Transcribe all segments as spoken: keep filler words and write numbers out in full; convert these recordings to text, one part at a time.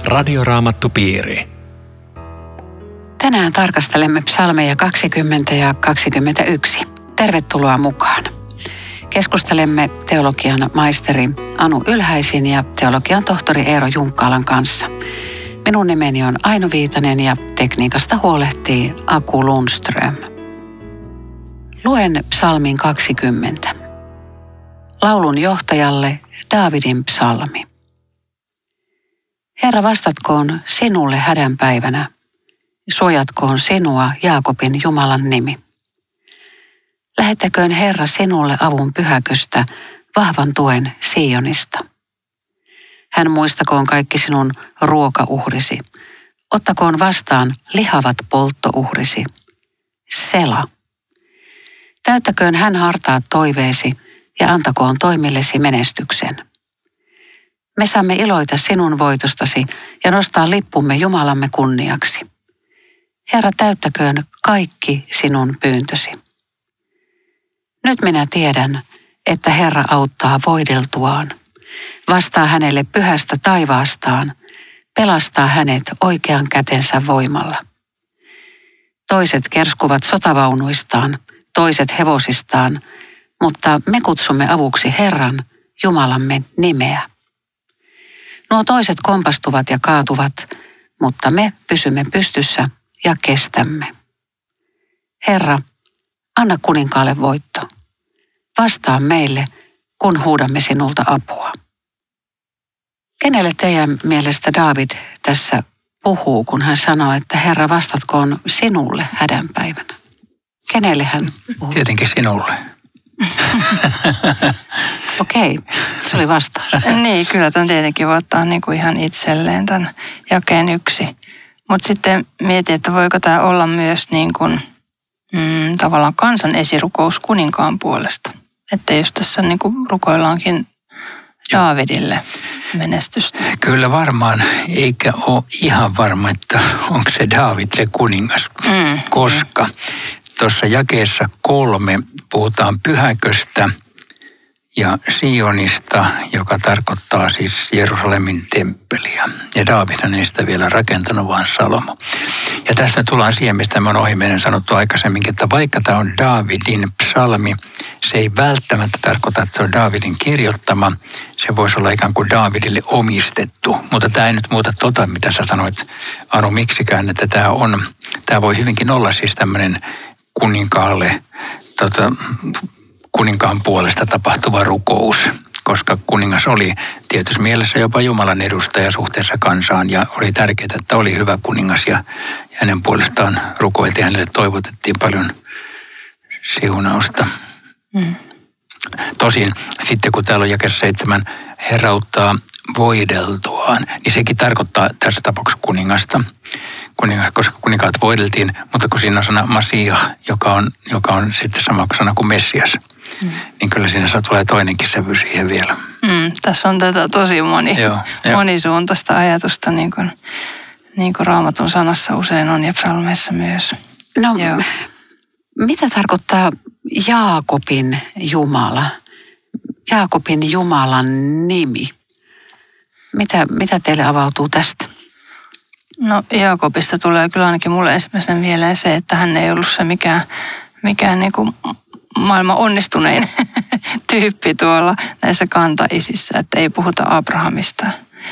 Radioraamattupiiri. Tänään tarkastelemme psalmeja kaksikymmentä ja kaksikymmentäyksi. Tervetuloa mukaan. Keskustelemme teologian maisteri Anu Ylhäisin ja teologian tohtori Eero Junkkaalan kanssa. Minun nimeni on Aino Viitanen ja tekniikasta huolehtii Aku Lundström. Luen psalmin kaksikymmentä. Laulun johtajalle Daavidin psalmi. Herra, vastatkoon sinulle hädän päivänä. Suojatkoon sinua Jaakobin Jumalan nimi. Lähettäköön Herra sinulle avun pyhäköstä, vahvan tuen Sionista. Hän muistakoon kaikki sinun ruokauhrisi. Ottakoon vastaan lihavat polttouhrisi. Sela. Täyttäköön hän hartaat toiveesi ja antakoon toimillesi menestyksen. Me saamme iloita sinun voitostasi ja nostaa lippumme Jumalamme kunniaksi. Herra, täyttäköön kaikki sinun pyyntösi. Nyt minä tiedän, että Herra auttaa voideltuaan, vastaa hänelle pyhästä taivaastaan, pelastaa hänet oikean kätensä voimalla. Toiset kerskuvat sotavaunuistaan, toiset hevosistaan, mutta me kutsumme avuksi Herran, Jumalamme nimeä. Nuo toiset kompastuvat ja kaatuvat, mutta me pysymme pystyssä ja kestämme. Herra, anna kuninkaalle voitto. Vastaa meille, kun huudamme sinulta apua. Kenelle teidän mielestä Daavid tässä puhuu, kun hän sanoo, että Herra, vastatkoon sinulle hädänpäivänä? Kenelle hän puhuu? Tietenkin sinulle. Okei, se oli vastaus. Niin, kyllä tämän tietenkin voi ottaa niin kuin ihan itselleen tämän jakeen yksi. Mutta sitten mietin, että voiko tämä olla myös niin kuin, mm, tavallaan kansan esirukous kuninkaan puolesta. Että jos tässä niin kuin rukoillaankin Daavidille menestystä. Kyllä varmaan, eikä ole ihan varma, että onko se Daavid se kuningas. Mm. Koska tuossa jakeessa kolme puhutaan pyhäköstä ja Sionista, joka tarkoittaa siis Jerusalemin temppeliä. Ja Daavidhan ei sitä vielä rakentanut, vaan Salomo. Ja tässä tullaan siihen, mistä me on ohimennen sanottu aikaisemminkin, että vaikka tämä on Daavidin psalmi, se ei välttämättä tarkoita, että se on Daavidin kirjoittama. Se voisi olla ikään kuin Daavidille omistettu. Mutta tämä ei nyt muuta tota, mitä sä sanoit, Anu, miksikään, että tämä on, tämä voi hyvinkin olla siis tämmöinen kuninkaalle, tota, kuninkaan puolesta tapahtuva rukous, koska kuningas oli tietyssä mielessä jopa Jumalan edustaja suhteessa kansaan ja oli tärkeää, että oli hyvä kuningas ja hänen puolestaan rukoiltiin, hänelle toivotettiin paljon siunausta. Mm. Tosin sitten kun täällä on jakeessa seitsemän, Herra auttaa voideltuaan, niin sekin tarkoittaa tässä tapauksessa kuningasta, kuningas, koska kuninkaat voideltiin, mutta kun siinä on sana Masiah, joka on, joka on sitten sama sana kuin Messias, mm. niin kyllä siinä tulee toinenkin sävy siihen vielä. Mm, tässä on tätä tosi moni, joo, monisuuntaista ajatusta, niin kuin, niin kuin Raamatun sanassa usein on ja psalmeissa myös. No, joo. Mitä tarkoittaa Jaakobin Jumala? Jaakobin Jumalan nimi. Mitä, mitä teille avautuu tästä? No Jaakobista tulee kyllä ainakin mulle ensimmäisenä mieleen se, että hän ei ollut se mikään, mikään niin kuin maailman onnistunein tyyppi tuolla näissä kantaisissä, että ei puhuta Abrahamista.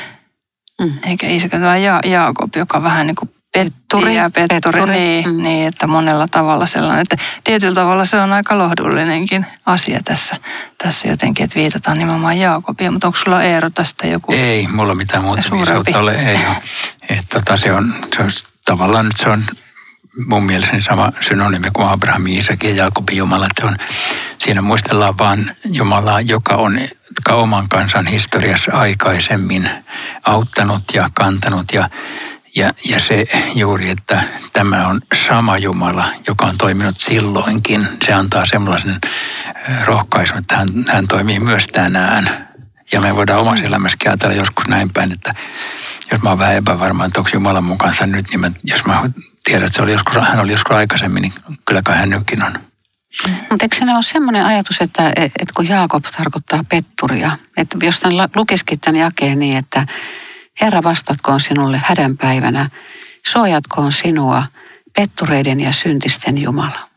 Mm. Eikä iskä, vaan ja, Jaakob, joka vähän niin kuin petturi ja petturi, petturi. Niin, mm. niin, että monella tavalla sellainen, että tietyllä tavalla se on aika lohdullinenkin asia tässä, tässä jotenkin, että viitataan nimenomaan Jaakobia, mutta onko sulla Eero tästä joku? Ei, mulla mitään muuta viisautta ole, ei ole. Että tota, se on, se on tavallaan nyt se on mun mielestäni sama synonyymi kuin Abraham, Iisak ja Jaakobin Jumala, että on, siinä muistellaan vaan Jumalaa, joka on joka oman kansan historiassa aikaisemmin auttanut ja kantanut ja Ja, ja se juuri, että tämä on sama Jumala, joka on toiminut silloinkin. Se antaa semmoisen rohkaisun, että hän, hän toimii myös tänään. Ja me voidaan omassa elämässäkin ajatella joskus näin päin, että jos mä oon vähän epävarma, että onko Jumala mun kanssa nyt, niin mä, jos mä tiedän, että se oli joskus, hän oli joskus aikaisemmin, niin kyllä kai hän nytkin on. Mutta eikö se ole semmoinen ajatus, että, että kun Jaakob tarkoittaa petturia, että jos tämän lukisikin tämän jakeen niin, että Herra vastatkoon sinulle hädän päivänä, suojatkoon sinua pettureiden ja syntisten Jumala.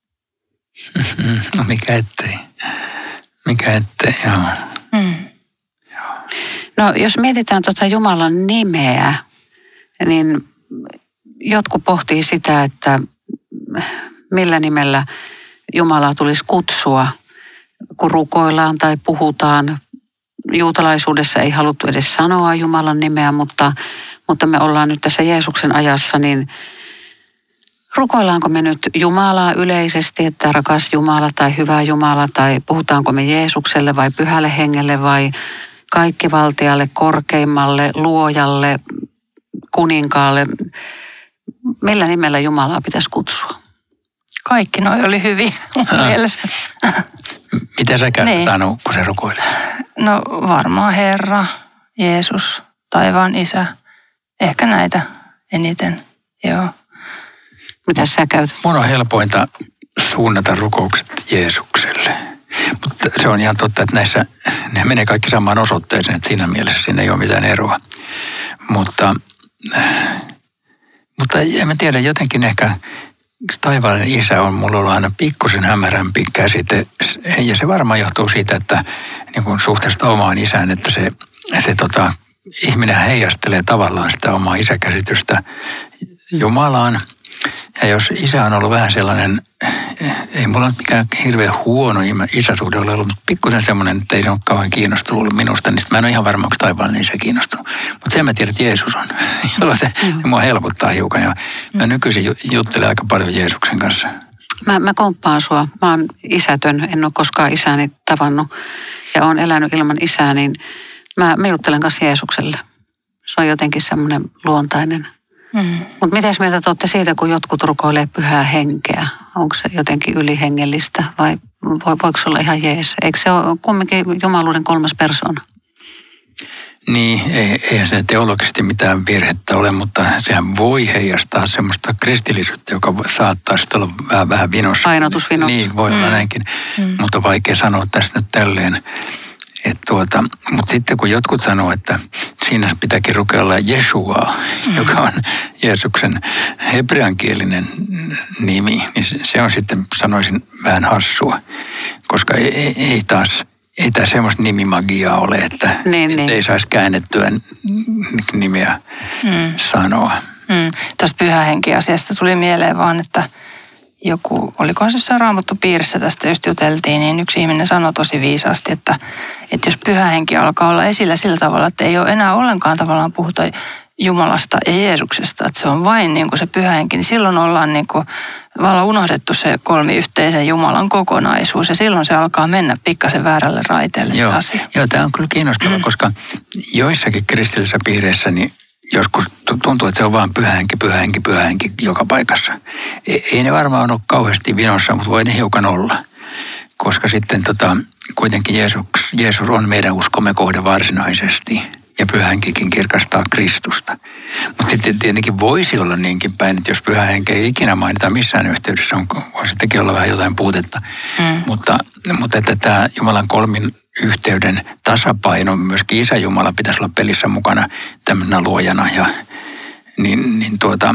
No mikä ettei. Mikä ettei, joo. Mm. No jos mietitään tuota Jumalan nimeä, niin jotkut pohtii sitä, että millä nimellä Jumalaa tulisi kutsua, kun rukoillaan tai puhutaan. Juutalaisuudessa ei haluttu edes sanoa Jumalan nimeä, mutta, mutta me ollaan nyt tässä Jeesuksen ajassa, niin rukoillaanko me nyt Jumalaa yleisesti, että rakas Jumala tai hyvä Jumala, tai puhutaanko me Jeesukselle vai Pyhälle Hengelle vai kaikkivaltialle, korkeimmalle, luojalle, kuninkaalle? Millä nimellä Jumalaa pitäisi kutsua? Kaikki noi oli hyviä mun mielestä. Mitä sä käytät, niin. Anu, kun sä rukoilet? No varmaan Herra, Jeesus, taivaan Isä. Ehkä näitä eniten, joo. Mitä sä käytät? Mun on helpointa suunnata rukoukset Jeesukselle. Mutta se on ihan totta, että näissä ne menee kaikki samaan osoitteeseen, että siinä mielessä siinä ei ole mitään eroa. Mutta, mutta en mä tiedä, jotenkin ehkä taivaallinen Isä on mulla ollut aina pikkusen hämärämpi käsite. Ja se varmaan johtuu siitä, että niin kuin suhteesta omaan isään, että se, se tota, ihminen heijastelee tavallaan sitä omaa isäkäsitystä Jumalaan. Ja jos isä on ollut vähän sellainen, ei mulla ole mikään hirveän huono isäsuhde ole ollut, mutta pikkusen semmoinen, että ei se ole kauhean kiinnostunut ollut minusta, niin mä en ole ihan varma, onko taivaallinen isä kiinnostunut. Mutta sen mä tiedän, että Jeesus on, jolloin se mm. mua helpottaa hiukan. Ja mä nykyisin juttelen aika paljon Jeesuksen kanssa. Mä, mä komppaan sua. Mä oon isätön, en ole koskaan isääni tavannut ja oon elänyt ilman isää, niin mä, mä juttelen kanssa Jeesukselle. Se on jotenkin semmoinen luontainen. Mm. Mutta mitäs mieltä te olette siitä, kun jotkut rukoilee Pyhää Henkeä? Onko se jotenkin ylihengellistä vai voiko se olla ihan jees? Eikö se ole kumminkin jumaluuden kolmas persoona? Niin, eihän se teologisesti mitään virhettä ole, mutta sehän voi heijastaa semmoista kristillisyyttä, joka saattaa sitten olla vähän, vähän vinossa. Painotusvinossa. Niin, voi olla mm. näinkin, mm. mutta vaikea sanoa tästä nyt tälleen. Tuota, mutta sitten kun jotkut sanoo, että siinä pitääkin rukoilla Jeshuaa, mm. joka on Jeesuksen hebreankielinen nimi, niin se on sitten, sanoisin, vähän hassua, koska ei, ei, ei taas, ei tämä semmoista nimimagiaa ole, että niin, et niin. ei saisi käännettyä nimeä mm. sanoa. Mm. Tuosta Pyhä Henki-asiasta tuli mieleen vaan, että joku, olikohan se jossain Raamattupiirissä tästä just juteltiin, niin yksi ihminen sanoi tosi viisaasti, että, että jos Pyhä Henki alkaa olla esillä sillä tavalla, että ei ole enää ollenkaan tavallaan puhuta Jumalasta ja Jeesuksesta, että se on vain niin kuin se Pyhä Henki, niin silloin ollaan niin kuin vallan unohdettu se kolmiyhteisen Jumalan kokonaisuus ja silloin se alkaa mennä pikkasen väärälle raiteelle se joo, asia. Joo, tämä on kyllä kiinnostavaa, mm. koska joissakin kristillisissä piireissä niin joskus tuntuu, että se on vaan Pyhä Henki, Pyhä Henki, Pyhä Henki joka paikassa. Ei ne varmaan ole kauheasti vinossa, mutta voi ne hiukan olla. Koska sitten tota, kuitenkin Jeesus, Jeesus on meidän uskomme kohde varsinaisesti. Ja Pyhä Henkikin kirkastaa Kristusta. Mutta sitten tietenkin voisi olla niinkin päin, että jos Pyhä Henki ei ikinä mainita missään yhteydessä, on, voi sittenkin olla vähän jotain puutetta. Mm. Mutta, mutta että tämä Jumalan kolmin yhteyden tasapaino, myöskin Isä Jumala pitäisi olla pelissä mukana tämmöisenä luojana. Ja, niin, niin tuota,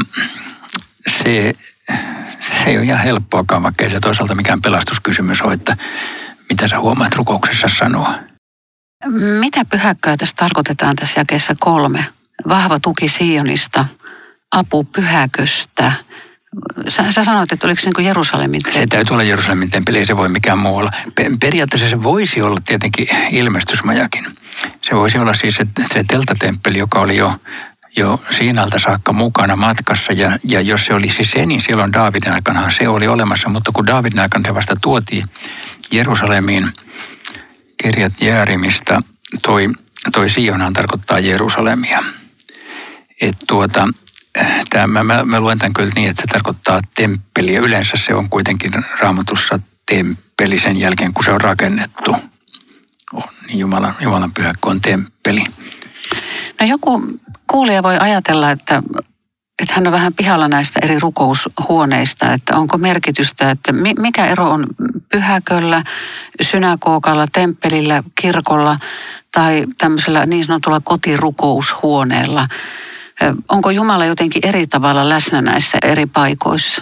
se, se ei ole ihan helppoakaan, vaikka ei se toisaalta mikään pelastuskysymys ole, että mitä sä huomaat rukouksessa sanoa. Mitä pyhäkköä tässä tarkoitetaan tässä jakeessa kolme? Vahva tuki Sionista, apu pyhäköstä. Sä, sä sanoit, että oliko se niin kuin Jerusalemin temppeli? Se täytyy olla Jerusalemin temppeli, ei se voi mikään muu olla. Periaatteessa se voisi olla tietenkin ilmestysmajakin. Se voisi olla siis se, se telttatemppeli, joka oli jo, jo Siinalta saakka mukana matkassa. Ja, ja jos se olisi se, niin silloin Daavidin aikana se oli olemassa. Mutta kun Daavidin aikana se vasta tuotiin Jerusalemiin, Kirjat Jearimista, toi, toi Sionhan tarkoittaa Jerusalemia. Että tuota... Tämä, mä, mä, mä luen tämän kyllä niin, että se tarkoittaa temppeliä. Yleensä se on kuitenkin Raamatussa temppeli sen jälkeen, kun se on rakennettu. On, niin Jumalan, Jumalan pyhäkkö on temppeli. No joku kuulija voi ajatella, että että hän on vähän pihalla näistä eri rukoushuoneista, että onko merkitystä, että mikä ero on pyhäköllä, synagogalla, temppelillä, kirkolla tai tämmöisellä niin sanotulla kotirukoushuoneella. Onko Jumala jotenkin eri tavalla läsnä näissä eri paikoissa?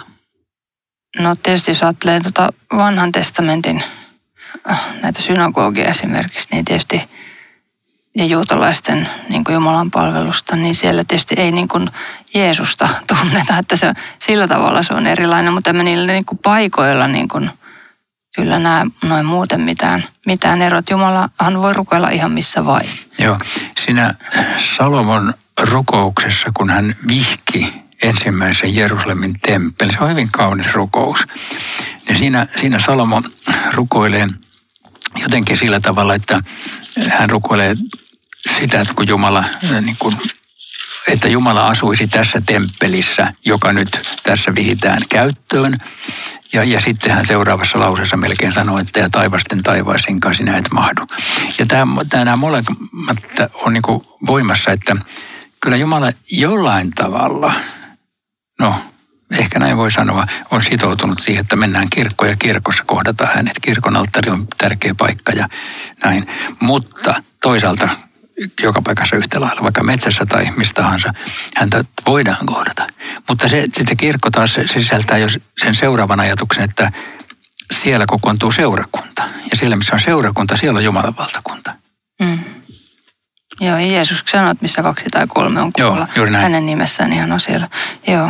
No tietysti jos ajattelee tuota vanhan testamentin näitä synagogia esimerkiksi, niin tietysti ja juutalaisten niin kuin Jumalan palvelusta, niin siellä tietysti ei niin kuin Jeesusta tunneta, että se, sillä tavalla se on erilainen, mutta emme niillä niin kuin paikoilla niin kuin kyllä näe noin muuten mitään, mitään erot. Jumalahan voi rukoilla ihan missä vain. Joo, siinä Salomon rukouksessa, kun hän vihki ensimmäisen Jerusalemin temppelin, se on hyvin kaunis rukous. Ja siinä, siinä Salomo rukoilee jotenkin sillä tavalla, että hän rukoilee sitä, että kun Jumala, niin kuin, että Jumala asuisi tässä temppelissä, joka nyt tässä vihitään käyttöön. Ja, ja sitten hän seuraavassa lauseessa melkein sanoo, että ja taivasten taivaisinkaan sinä et mahdu. Ja tämä, nämä molemmat on niin kuin voimassa, että kyllä Jumala jollain tavalla, no ehkä näin voi sanoa, on sitoutunut siihen, että mennään kirkkoon ja kirkossa kohdataan hänet. Kirkon alttari on tärkeä paikka ja näin. Mutta toisaalta joka paikassa yhtä lailla, vaikka metsässä tai mistä tahansa, häntä voidaan kohdata. Mutta se, se kirkko taas sisältää jo sen seuraavan ajatuksen, että siellä kokoontuu seurakunta. Ja siellä, missä on seurakunta, siellä on Jumalan valtakunta. Mm. Joo, ja Jeesus sanoo, että missä kaksi tai kolme on koolla hänen nimessään, niin hän on siellä. Joo.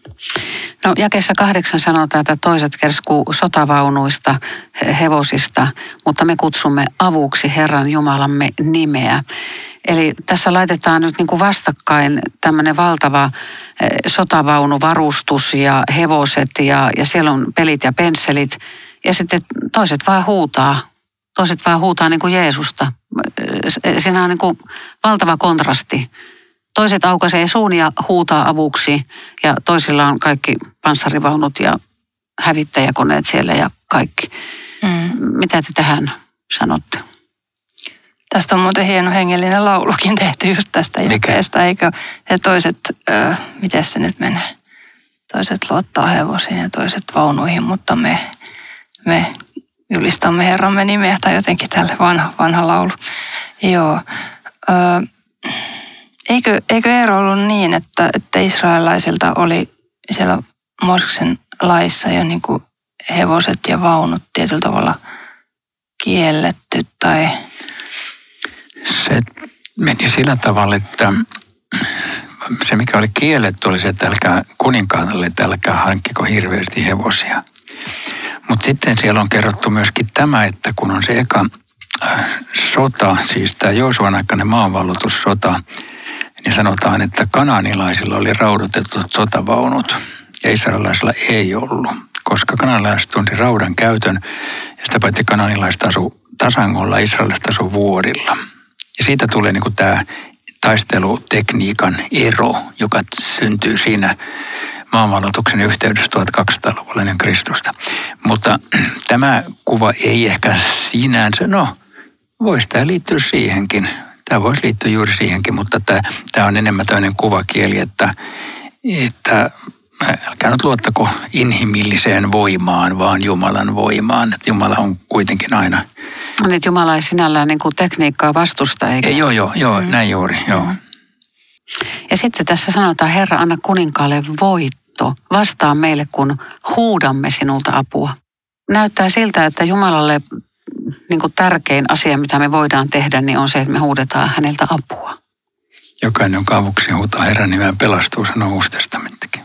No jakeessa kahdeksan sanotaan, että toiset kerskuu sotavaunuista, hevosista, mutta me kutsumme avuksi Herran Jumalamme nimeä. Eli tässä laitetaan nyt niin kuin vastakkain tämmöinen valtava sotavaunuvarustus ja hevoset ja, ja siellä on pelit ja pensselit. Ja sitten toiset vaan huutaa, toiset vaan huutaa niin kuin Jeesusta. Siinä on niin kuin valtava kontrasti. Toiset aukaisee suun ja huutaa avuksi ja toisilla on kaikki panssarivaunut ja hävittäjäkoneet siellä ja kaikki. Mm. Mitä te tähän sanotte? Tästä on muuten hieno hengellinen laulukin tehty just tästä jakeesta, eikö? Ja toiset, äh, miten se nyt menee? Toiset luottaa hevosiin ja toiset vaunuihin, mutta me, me julistamme Herramme nimeä tai jotenkin tälle vanha, vanha laulu. Joo. Äh, Eikö, eikö Eero ollut niin, että, että israelaisilta oli siellä Mooseksen laissa jo niin kuin hevoset ja vaunut tietyllä tavalla kielletty tai? Se meni sillä tavalla, että se mikä oli kielletty oli se, että älkää kuninkaanalle, että älkää hankkiko hirveästi hevosia. Mutta sitten siellä on kerrottu myöskin tämä, että kun on se eka sota, siis tämä Joosuan aikainen maanvalloitussota, niin sanotaan, että kanaanilaisilla oli raudotetut sotavaunut ja israelilaisilla ei ollut, koska kanaanilaiset tunsi raudan käytön ja sitä paitsi kanaanilaiset asu tasangolla, israelilaiset asu vuorilla. Ja siitä tulee niin kuin tämä taistelutekniikan ero, joka syntyy siinä maanvalloituksen yhteydessä tuhatkaksisataaluvulla ennen Kristusta. Mutta tämä kuva ei ehkä sinänsä, no voisi tämä liittyä siihenkin. Tämä voisi liittyä juuri siihenkin, mutta tämä, tämä on enemmän tämmöinen kuvakieli, että, että älkää nyt luottako inhimilliseen voimaan, vaan Jumalan voimaan. Että Jumala on kuitenkin aina. On, että Jumala ei sinällään niin kuin tekniikkaa vastusta, eikä? Ei, joo, joo, joo mm. näin juuri, joo. Ja sitten tässä sanotaan, Herra, anna kuninkaalle voitto. Vastaa meille, kun huudamme sinulta apua. Näyttää siltä, että Jumalalle niin kuin tärkein asia, mitä me voidaan tehdä, niin on se, että me huudetaan häneltä apua. Jokainen, jonka avuksi huutaa Herran nimeä, pelastuu, sanoo Uusi testamenttikin.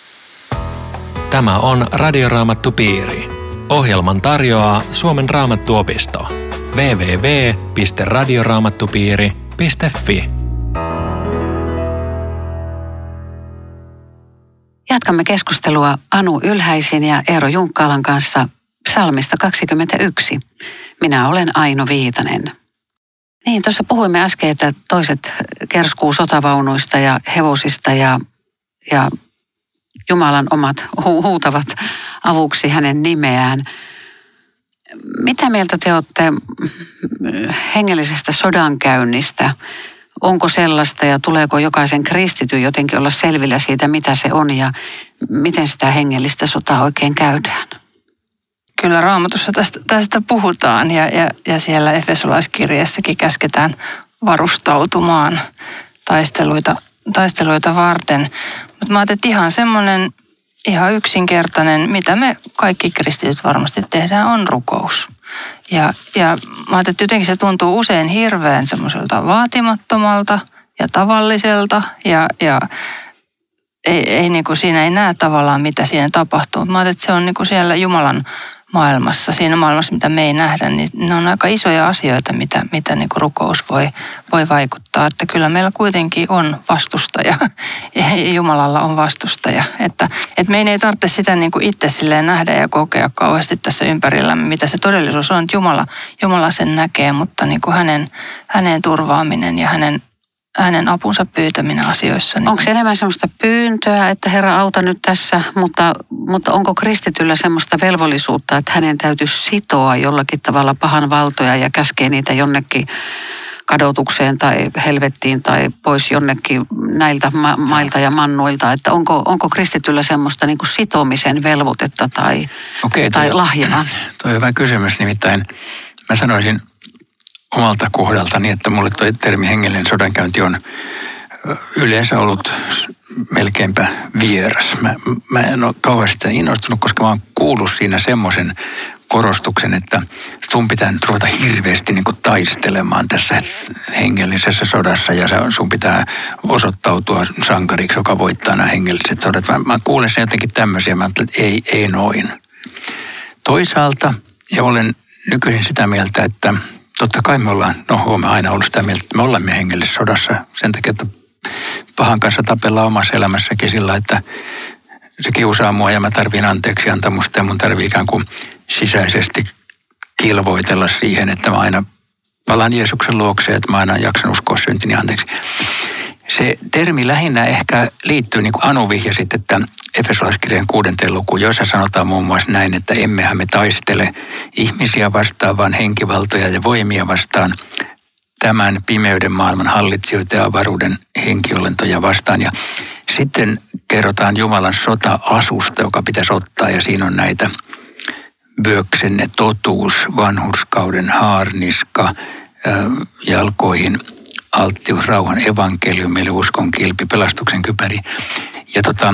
Tämä on Radioraamattupiiri. Ohjelman tarjoaa Suomen Raamattuopisto. double-u double-u double-u piste radioraamattupiiri piste fi. Jatkamme keskustelua Anu Ylhäisin ja Eero Junkkaalan kanssa psalmista kaksikymmentäyksi. Minä olen Aino Viitanen. Niin, tuossa puhuimme äsken, että toiset kerskuu sotavaunuista ja hevosista ja, ja Jumalan omat hu- huutavat avuksi hänen nimeään. Mitä mieltä te olette hengellisestä sodankäynnistä? onko sellaista ja tuleeko jokaisen kristityn jotenkin olla selvillä siitä, mitä se on ja miten sitä hengellistä sotaa oikein käydään? Kyllä Raamatussa tästä, tästä puhutaan ja, ja, ja siellä Efesolaiskirjeessäkin käsketään varustautumaan taisteluita, taisteluita varten. Mutta mä ajattelin, että ihan semmoinen ihan yksinkertainen, mitä me kaikki kristityt varmasti tehdään, on rukous. Ja, ja mä ajattelin, että jotenkin se tuntuu usein hirveän semmoiselta vaatimattomalta ja tavalliselta ja, ja ei, ei niin kuin siinä ei näe tavallaan, mitä siinä tapahtuu. Mä ajattelin, että se on niin kuin siellä Jumalan maailmassa, siinä maailmassa, mitä me ei nähdä, niin ne on aika isoja asioita, mitä, mitä niin kuin rukous voi, voi vaikuttaa. Että kyllä meillä kuitenkin on vastustaja ja Jumalalla on vastustaja. Että, että meidän ei tarvitse sitä niin kuin itse silleen nähdä ja kokea kauheasti tässä ympärillämme, mitä se todellisuus on. Että Jumala, Jumala sen näkee, mutta niin kuin hänen, hänen turvaaminen ja hänen hänen apunsa pyytäminen asioissa. Niin onko se enemmän semmoista pyyntöä, että Herra auta nyt tässä, mutta, mutta onko kristityllä semmoista velvollisuutta, että hänen täytyisi sitoa jollakin tavalla pahan valtoja ja käskee niitä jonnekin kadotukseen tai helvettiin tai pois jonnekin näiltä ma- mailta ja mannuilta, että onko, onko kristityllä semmoista niin kuin sitomisen velvoitetta tai, Okei, tai toi, lahjana? Tuo on hyvä kysymys, nimittäin mä sanoisin omalta kohdaltani, että mulle tuo termi hengellinen sodankäynti on yleensä ollut melkeinpä vieras. Mä, mä en ole kauheasti innostunut, koska mä oon kuullut siinä semmoisen korostuksen, että sun pitää nyt ruveta hirveästi niin kuin taistelemaan tässä hengellisessä sodassa ja sun pitää osoittautua sankariksi, joka voittaa nämä hengelliset sodat. Mä, mä kuulen sen jotenkin tämmöisiä, mä ajattelin, että ei, ei noin. Toisaalta, ja olen nykyisin sitä mieltä, että totta kai me ollaan, no olemme aina ollut sitä mieltä, että me olemme hengellisessä sodassa sen takia, että pahan kanssa tapellaan omassa elämässäkin sillä, että se kiusaa mua ja mä tarvin anteeksi antamusta ja mun tarvii ikään kuin sisäisesti kilvoitella siihen, että mä aina palaan Jeesuksen luokse, että mä aina jaksan uskoa syntini anteeksi. Se termi lähinnä ehkä liittyy, niin kuin Anu vihjasit, että Efesolaiskirjan kuudenteen lukuun, jossa sanotaan muun muassa näin, että emmehän me taistele ihmisiä vastaan, vaan henkivaltoja ja voimia vastaan, tämän pimeyden maailman hallitsijoita ja avaruuden henkiolentoja vastaan. Ja sitten kerrotaan Jumalan sota-asusta, joka pitäisi ottaa, ja siinä on näitä vyöksenne totuus, vanhurskauden haarniska, jalkoihin alttius, rauhan evankeliumi, eli uskon kilpi, pelastuksen kypäri. Ja tota,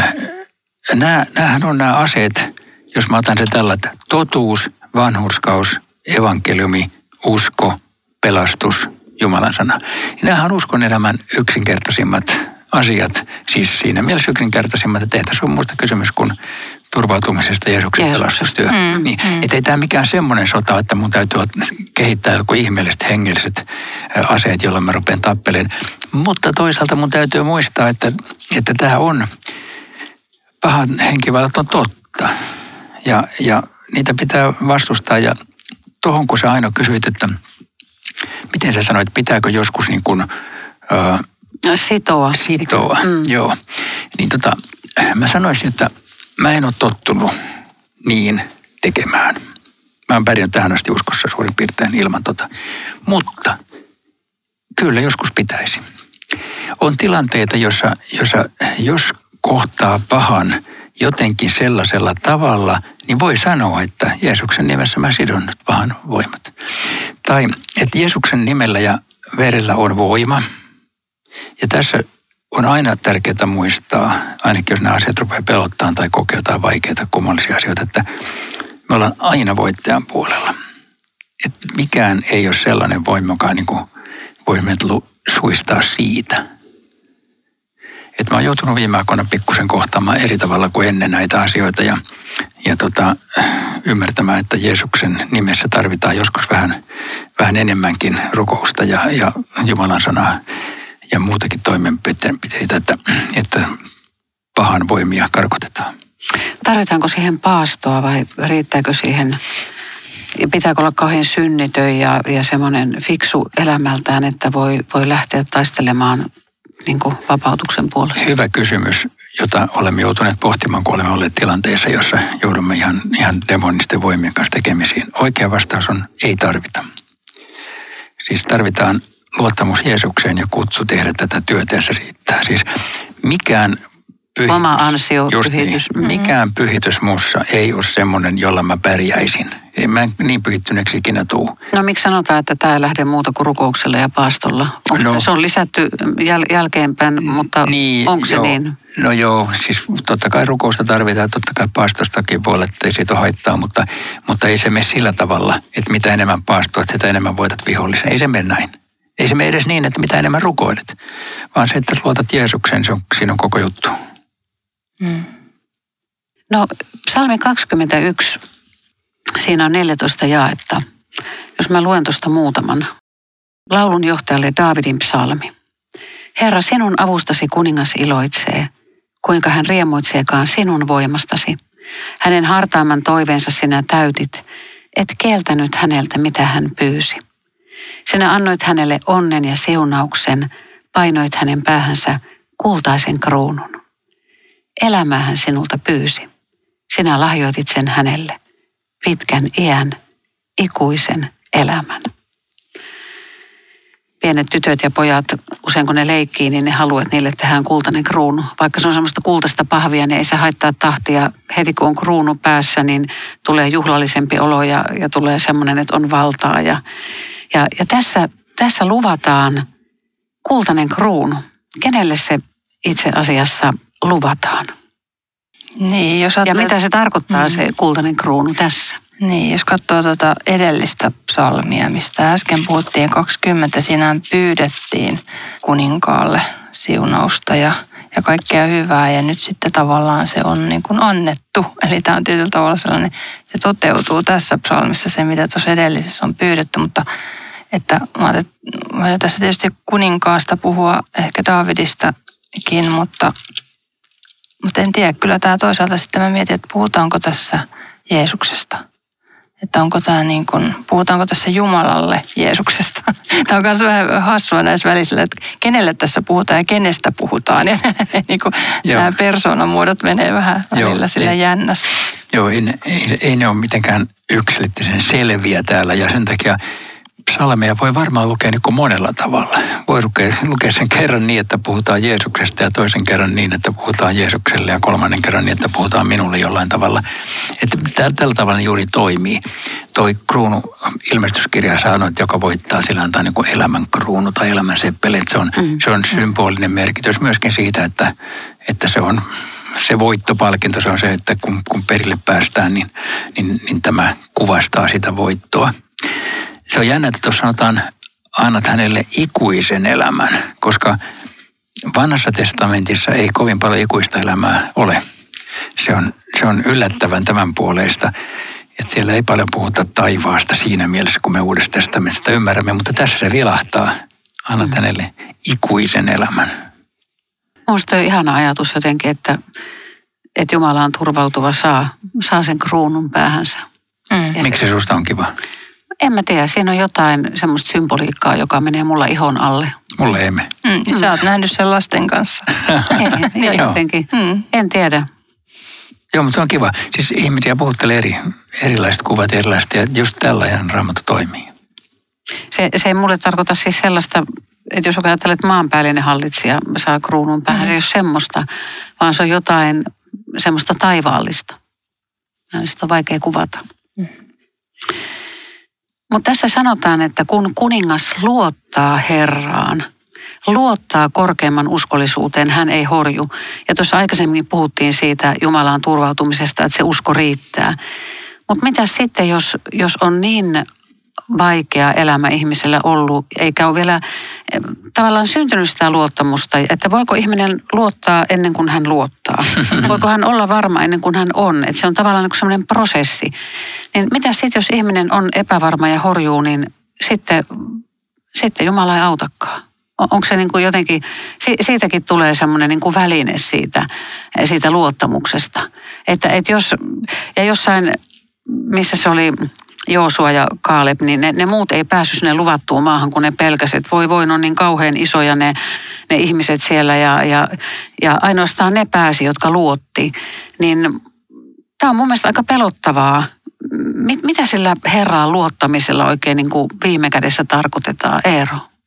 nämä, nämähän on nämä aseet, jos mä otan se tällä, että totuus, vanhurskaus, evankeliumi, usko, pelastus, Jumalan sana. Ja nämähän on uskon elämän yksinkertaisimmat asiat, siis siinä mielessä yksinkertaisimmat, että ei tässä ole muusta kysymys kuin turvautumisesta Jeesuksen pelastustyö. Mm, niin, mm. Että ei tämä mikään semmoinen sota, että mun täytyy kehittää joku ihmeelliset hengelliset aseet, joilla mä rupean tappeleen. Mutta toisaalta mun täytyy muistaa, että, että tämä on, pahan henkivallat on totta. Ja, ja niitä pitää vastustaa. Ja tohon kun sä Aino kysyit, että miten sä sanoit, pitääkö joskus niin kuin Äh, Sitoa. Sitoa, mm. joo. Niin tota, mä sanoisin, että mä en ole tottunut niin tekemään. Mä oon pärjännyt tähän asti uskossa suurin piirtein ilman tota. Mutta kyllä joskus pitäisi. On tilanteita, jossa, jossa jos kohtaa pahan jotenkin sellaisella tavalla, niin voi sanoa, että Jeesuksen nimessä mä sidon nyt pahan voimat. Tai että Jeesuksen nimellä ja verellä on voima. Ja tässä on aina tärkeää muistaa, ainakin jos nämä asiat rupeaa pelottaa tai kokea jotain vaikeita, kummallisia asioita, että me ollaan aina voittajan puolella. Että mikään ei ole sellainen voima, joka niin kuin voi meidät suistaa siitä. Että mä oon joutunut viime aikoina pikkusen kohtaamaan eri tavalla kuin ennen näitä asioita ja, ja tota, ymmärtämään, että Jeesuksen nimessä tarvitaan joskus vähän, vähän enemmänkin rukousta ja, ja Jumalan sanaa ja muutakin toimenpiteitä, että, että pahan voimia karkotetaan. Tarvitaanko siihen paastoa vai riittääkö siihen, pitääkö olla kauhean synnitön ja, ja semmoinen fiksu elämältään, että voi, voi lähteä taistelemaan niin kuin vapautuksen puolesta? Hyvä kysymys, jota olemme joutuneet pohtimaan, kun olemme olleet tilanteessa, jossa joudumme ihan, ihan demonisten voimien kanssa tekemisiin. Oikea vastaus on, ei tarvita. Siis tarvitaan luottamus Jeesukseen ja kutsu tehdä tätä työtä ja se riittää. Siis mikään pyhitys, oma ansio, pyhitys. Niin, mikään pyhitys muussa ei ole semmoinen, jolla mä pärjäisin. En mä niin pyhittyneeksi ikinä tuu. No miksi sanotaan, että tämä ei lähde muuta kuin rukouksella ja paastolla? No, se on lisätty jäl- jälkeenpäin, mutta niin, onko se joo, niin? No joo, siis totta kai rukousta tarvitaan, totta kai paastostakin voi olla, että ei siitä ole haittaa, mutta, mutta ei se mene sillä tavalla, että mitä enemmän paastoat, sitä enemmän voitat vihollisen. Ei se mene näin. Ei se mene edes niin, että mitä enemmän rukoilet, vaan se, että luotat Jeesukseen, se on, siinä on koko juttu. Hmm. No psalmi kaksikymmentäyksi, siinä on neljätoista jaetta. Jos mä luen tuosta muutaman. Laulun johtajalle Daavidin psalmi. Herra, sinun avustasi kuningas iloitsee, kuinka hän riemuitseekaan sinun voimastasi. Hänen hartaimman toiveensa sinä täytit, et kieltänyt häneltä, mitä hän pyysi. Sinä annoit hänelle onnen ja siunauksen, painoit hänen päähänsä kultaisen kruunun. Elämää hän sinulta pyysi. Sinä lahjoitit sen hänelle, pitkän iän, ikuisen elämän. Pienet tytöt ja pojat, usein kun ne leikkii, niin ne haluaa, että niille tehdään kultainen kruunu. Vaikka se on semmoista kultaista pahvia, niin ei se haittaa tahtia. Heti kun on kruunu päässä, niin tulee juhlallisempi olo ja, ja tulee semmoinen, että on valtaa. Ja, ja, ja tässä, tässä luvataan kultainen kruunu. Kenelle se itse asiassa luvataan? Niin, jos ja mitä se tarkoittaa, mm. se kultainen kruunu tässä? Niin, jos katsoo tuota edellistä psalmia, mistä äsken puhuttiin kaksikymmentä, siinä pyydettiin kuninkaalle siunausta ja, ja kaikkea hyvää. Ja nyt sitten tavallaan se on niin kuin annettu. Eli tämä on tietyllä tavalla sellainen, se toteutuu tässä psalmissa se, mitä tuossa edellisessä on pyydetty. Mutta että mä ajattelin, tässä tietysti kuninkaasta puhua, ehkä Daavidistakin, mutta, mutta en tiedä. Kyllä tämä toisaalta sitten mä mietin, että puhutaanko tässä Jeesuksesta. Että onko tämä niin kuin, puhutaanko tässä Jumalalle Jeesuksesta. Tämä on myös vähän hassua näissä välisillä, että kenelle tässä puhutaan ja kenestä puhutaan. Ja niin kuin nämä persoonamuodot menee vähän välillä sille jännästi. Joo, ei, ei, ei ne ole mitenkään yksilöllisen selviä täällä ja sen takia psalmeja voi varmaan lukea niin kuin monella tavalla. Voi lukea, lukea sen kerran niin, että puhutaan Jeesuksesta ja toisen kerran niin, että puhutaan Jeesukselle ja kolmannen kerran niin, että puhutaan minulle jollain tavalla. Että tällä tavalla juuri toimii. Toi kruunu ilmestyskirja sanoo, että joka voittaa, sillä antaa niin kuin elämän kruunu tai elämän seppele. Se on, mm. se on symbolinen merkitys myöskin siitä, että, että se on se voittopalkinto, se on se, että kun, kun perille päästään, niin, niin, niin tämä kuvastaa sitä voittoa. Se on jännä, että tuossa sanotaan, annat hänelle ikuisen elämän, koska vanhassa testamentissa ei kovin paljon ikuista elämää ole. Se on, se on yllättävän tämän puoleista, että siellä ei paljon puhuta taivaasta siinä mielessä, kun me Uudessa testamentista ymmärrämme, mutta tässä se vilahtaa, annat mm. hänelle ikuisen elämän. Minusta on ihana ajatus jotenkin, että, että Jumalaan turvautuva saa, saa sen kruunun päähänsä. Mm. Miksi se susta on kiva? En mä tiedä, siinä on jotain semmoista symboliikkaa, joka menee mulla ihon alle. Mulle ei mene. Mm, sä oot nähnyt sen lasten kanssa. Ei, ei jotenkin. Mm. En tiedä. Joo, mutta se on kiva. Siis ihmisiä puhuttelee eri, erilaiset kuvat erilaista ja just tällainen Raamattu toimii. Se, se ei mulle tarkoita siis sellaista, että jos ajattelet maanpäällinen hallitsija saa kruunun päähän, mm. se ei ole semmoista, vaan se on jotain semmoista taivaallista. Sitä on vaikea kuvata. Mm. Mutta tässä sanotaan, että kun kuningas luottaa Herraan, luottaa korkeimman uskollisuuteen, hän ei horju. Ja tuossa aikaisemmin puhuttiin siitä Jumalaan turvautumisesta, että se usko riittää. Mutta mitä sitten, jos, jos on niin vaikea elämä ihmisellä ollut, eikä ole vielä tavallaan syntynyt sitä luottamusta, että voiko ihminen luottaa ennen kuin hän luottaa? Voiko hän olla varma ennen kuin hän on? Että se on tavallaan niin semmoinen prosessi. Niin mitä sitten, jos ihminen on epävarma ja horjuu, niin sitten, sitten Jumala ei autakaan. Onko se niin kuin jotenkin, siitäkin tulee semmoinen niin kuin väline siitä, siitä luottamuksesta. Että, että jos, ja jossain, missä se oli Joosua ja Kaaleb, niin ne, ne muut ei päässyt sinne luvattuun maahan, kun ne pelkäsivät, että voi voi, ne on niin kauhean isoja ne, ne ihmiset siellä ja, ja, ja ainoastaan ne pääsi, jotka luotti. Niin tämä on mun mielestä aika pelottavaa. Mit, mitä sillä Herraan luottamisella oikein niin kuin viime kädessä tarkoitetaan, Eero?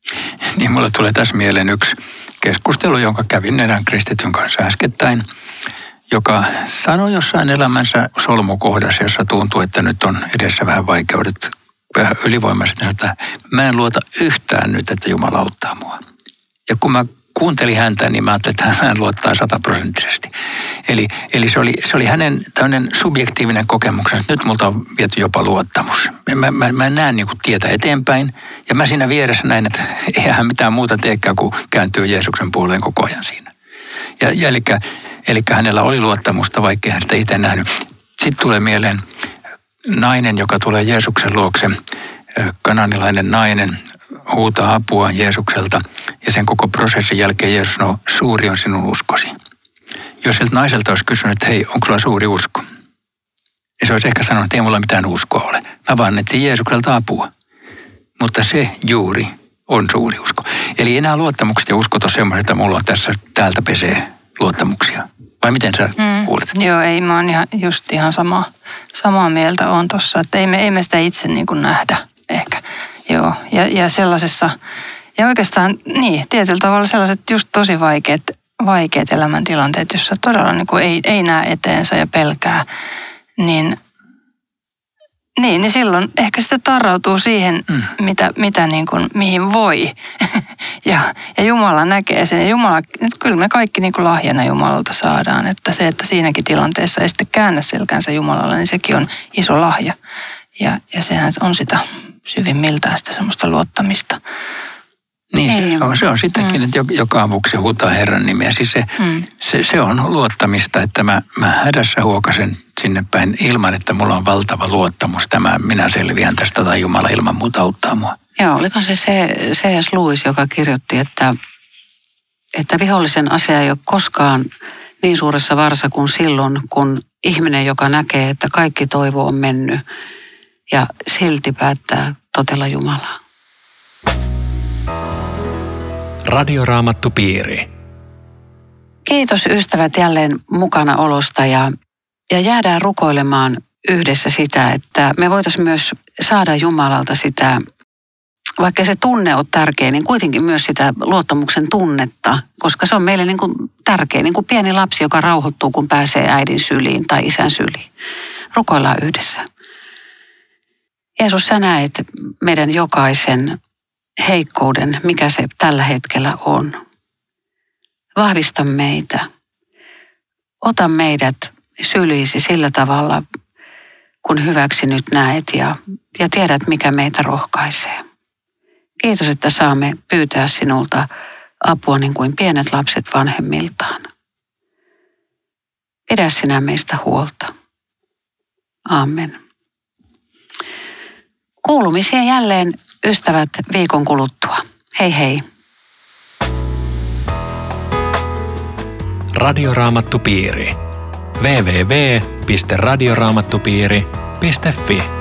Niin mulle tulee tässä mieleen yksi keskustelu, jonka kävin erään kristityn kanssa äskettäin, joka sanoi jossain elämänsä solmukohdassa, jossa tuntuu, että nyt on edessä vähän vaikeudet, vähän ylivoimaiset, että mä en luota yhtään nyt, että Jumala auttaa mua. Ja kun mä kuuntelin häntä, niin mä ajattelin, että hän luottaa sataprosenttisesti. Eli, eli se, oli, se oli hänen tämmöinen subjektiivinen kokemuksensa, että nyt multa on viety jopa luottamus. Mä, mä, mä näen niin kuin tietä eteenpäin, ja mä siinä vieressä näin, että eihän hän mitään muuta teekään kuin kääntyy Jeesuksen puoleen koko ajan siinä. Ja, ja eli, eli hänellä oli luottamusta, vaikkei hän sitä itse nähnyt. Sitten tulee mieleen nainen, joka tulee Jeesuksen luokse, kananilainen nainen, huutaa apua Jeesukselta, ja sen koko prosessin jälkeen Jeesus sanoo, suuri on sinun uskosi. Jos siltä naiselta olisi kysynyt, että hei, onko sulla suuri usko? Niin se olisi ehkä sanonut, että ei mulla mitään uskoa ole. Mä vaan etsin Jeesukselta apua. Mutta se juuri on suuri usko. Eli enää luottamukset ja uskot on semmoinen, että mulla on tässä, täältä pesee luottamuksia. Vai miten sä mm. kuulet? Joo, ei, mä oon ihan, just ihan sama, samaa mieltä on tossa, että ei me, ei me sitä itse niin kuin nähdä ehkä. Joo, ja, ja sellaisessa, ja oikeastaan niin, tietyllä tavalla sellaiset just tosi vaikeat, vaikeat elämäntilanteet, jossa todella niin kuin ei, ei näe eteensä ja pelkää, niin, niin, niin silloin ehkä sitten tarrautuu siihen, mm. mitä, mitä niin kuin, mihin voi. ja, ja Jumala näkee sen. Ja Jumala, nyt kyllä me kaikki niin kuin lahjana Jumalalta saadaan, että se, että siinäkin tilanteessa ei sitten käännä selkänsä Jumalalle, niin sekin on iso lahja. Ja, ja sehän on sitä syvimmiltään sitä semmoista luottamista. Niin, se on, se on sitäkin, mm. että joka avuksi huutaa Herran nimeä. Siis se, mm. se, se on luottamista, että mä, mä hädässä huokasen sinne päin ilman, että mulla on valtava luottamus. Tämä minä selviän tästä tai Jumala ilman muuta auttaa mua. Joo, oliko se C S Lewis, joka kirjoitti, että, että vihollisen asia ei ole koskaan niin suuressa varassa kuin silloin, kun ihminen, joka näkee, että kaikki toivo on mennyt ja silti päättää totella Jumalaa. Radioraamattupiiri. Kiitos ystävät jälleen mukana olosta ja, ja jäädään rukoilemaan yhdessä sitä, että me voitaisiin myös saada Jumalalta sitä, vaikka se tunne on tärkeä, niin kuitenkin myös sitä luottamuksen tunnetta, koska se on meille niin kuin tärkeä, niin kuin pieni lapsi, joka rauhoittuu, kun pääsee äidin syliin tai isän syliin. Rukoillaan yhdessä. Jeesus, sä näet meidän jokaisen heikkouden, mikä se tällä hetkellä on. Vahvista meitä. Ota meidät syliisi sillä tavalla, kun hyväksi nyt näet ja, ja tiedät, mikä meitä rohkaisee. Kiitos, että saamme pyytää sinulta apua niin kuin pienet lapset vanhemmiltaan. Pidä sinä meistä huolta. Amen. Kuulumisia jälleen, ystävät, viikon kuluttua. Hei hei. Radioraamattupiiri. double-u double-u double-u piste radioraamattupiiri piste fi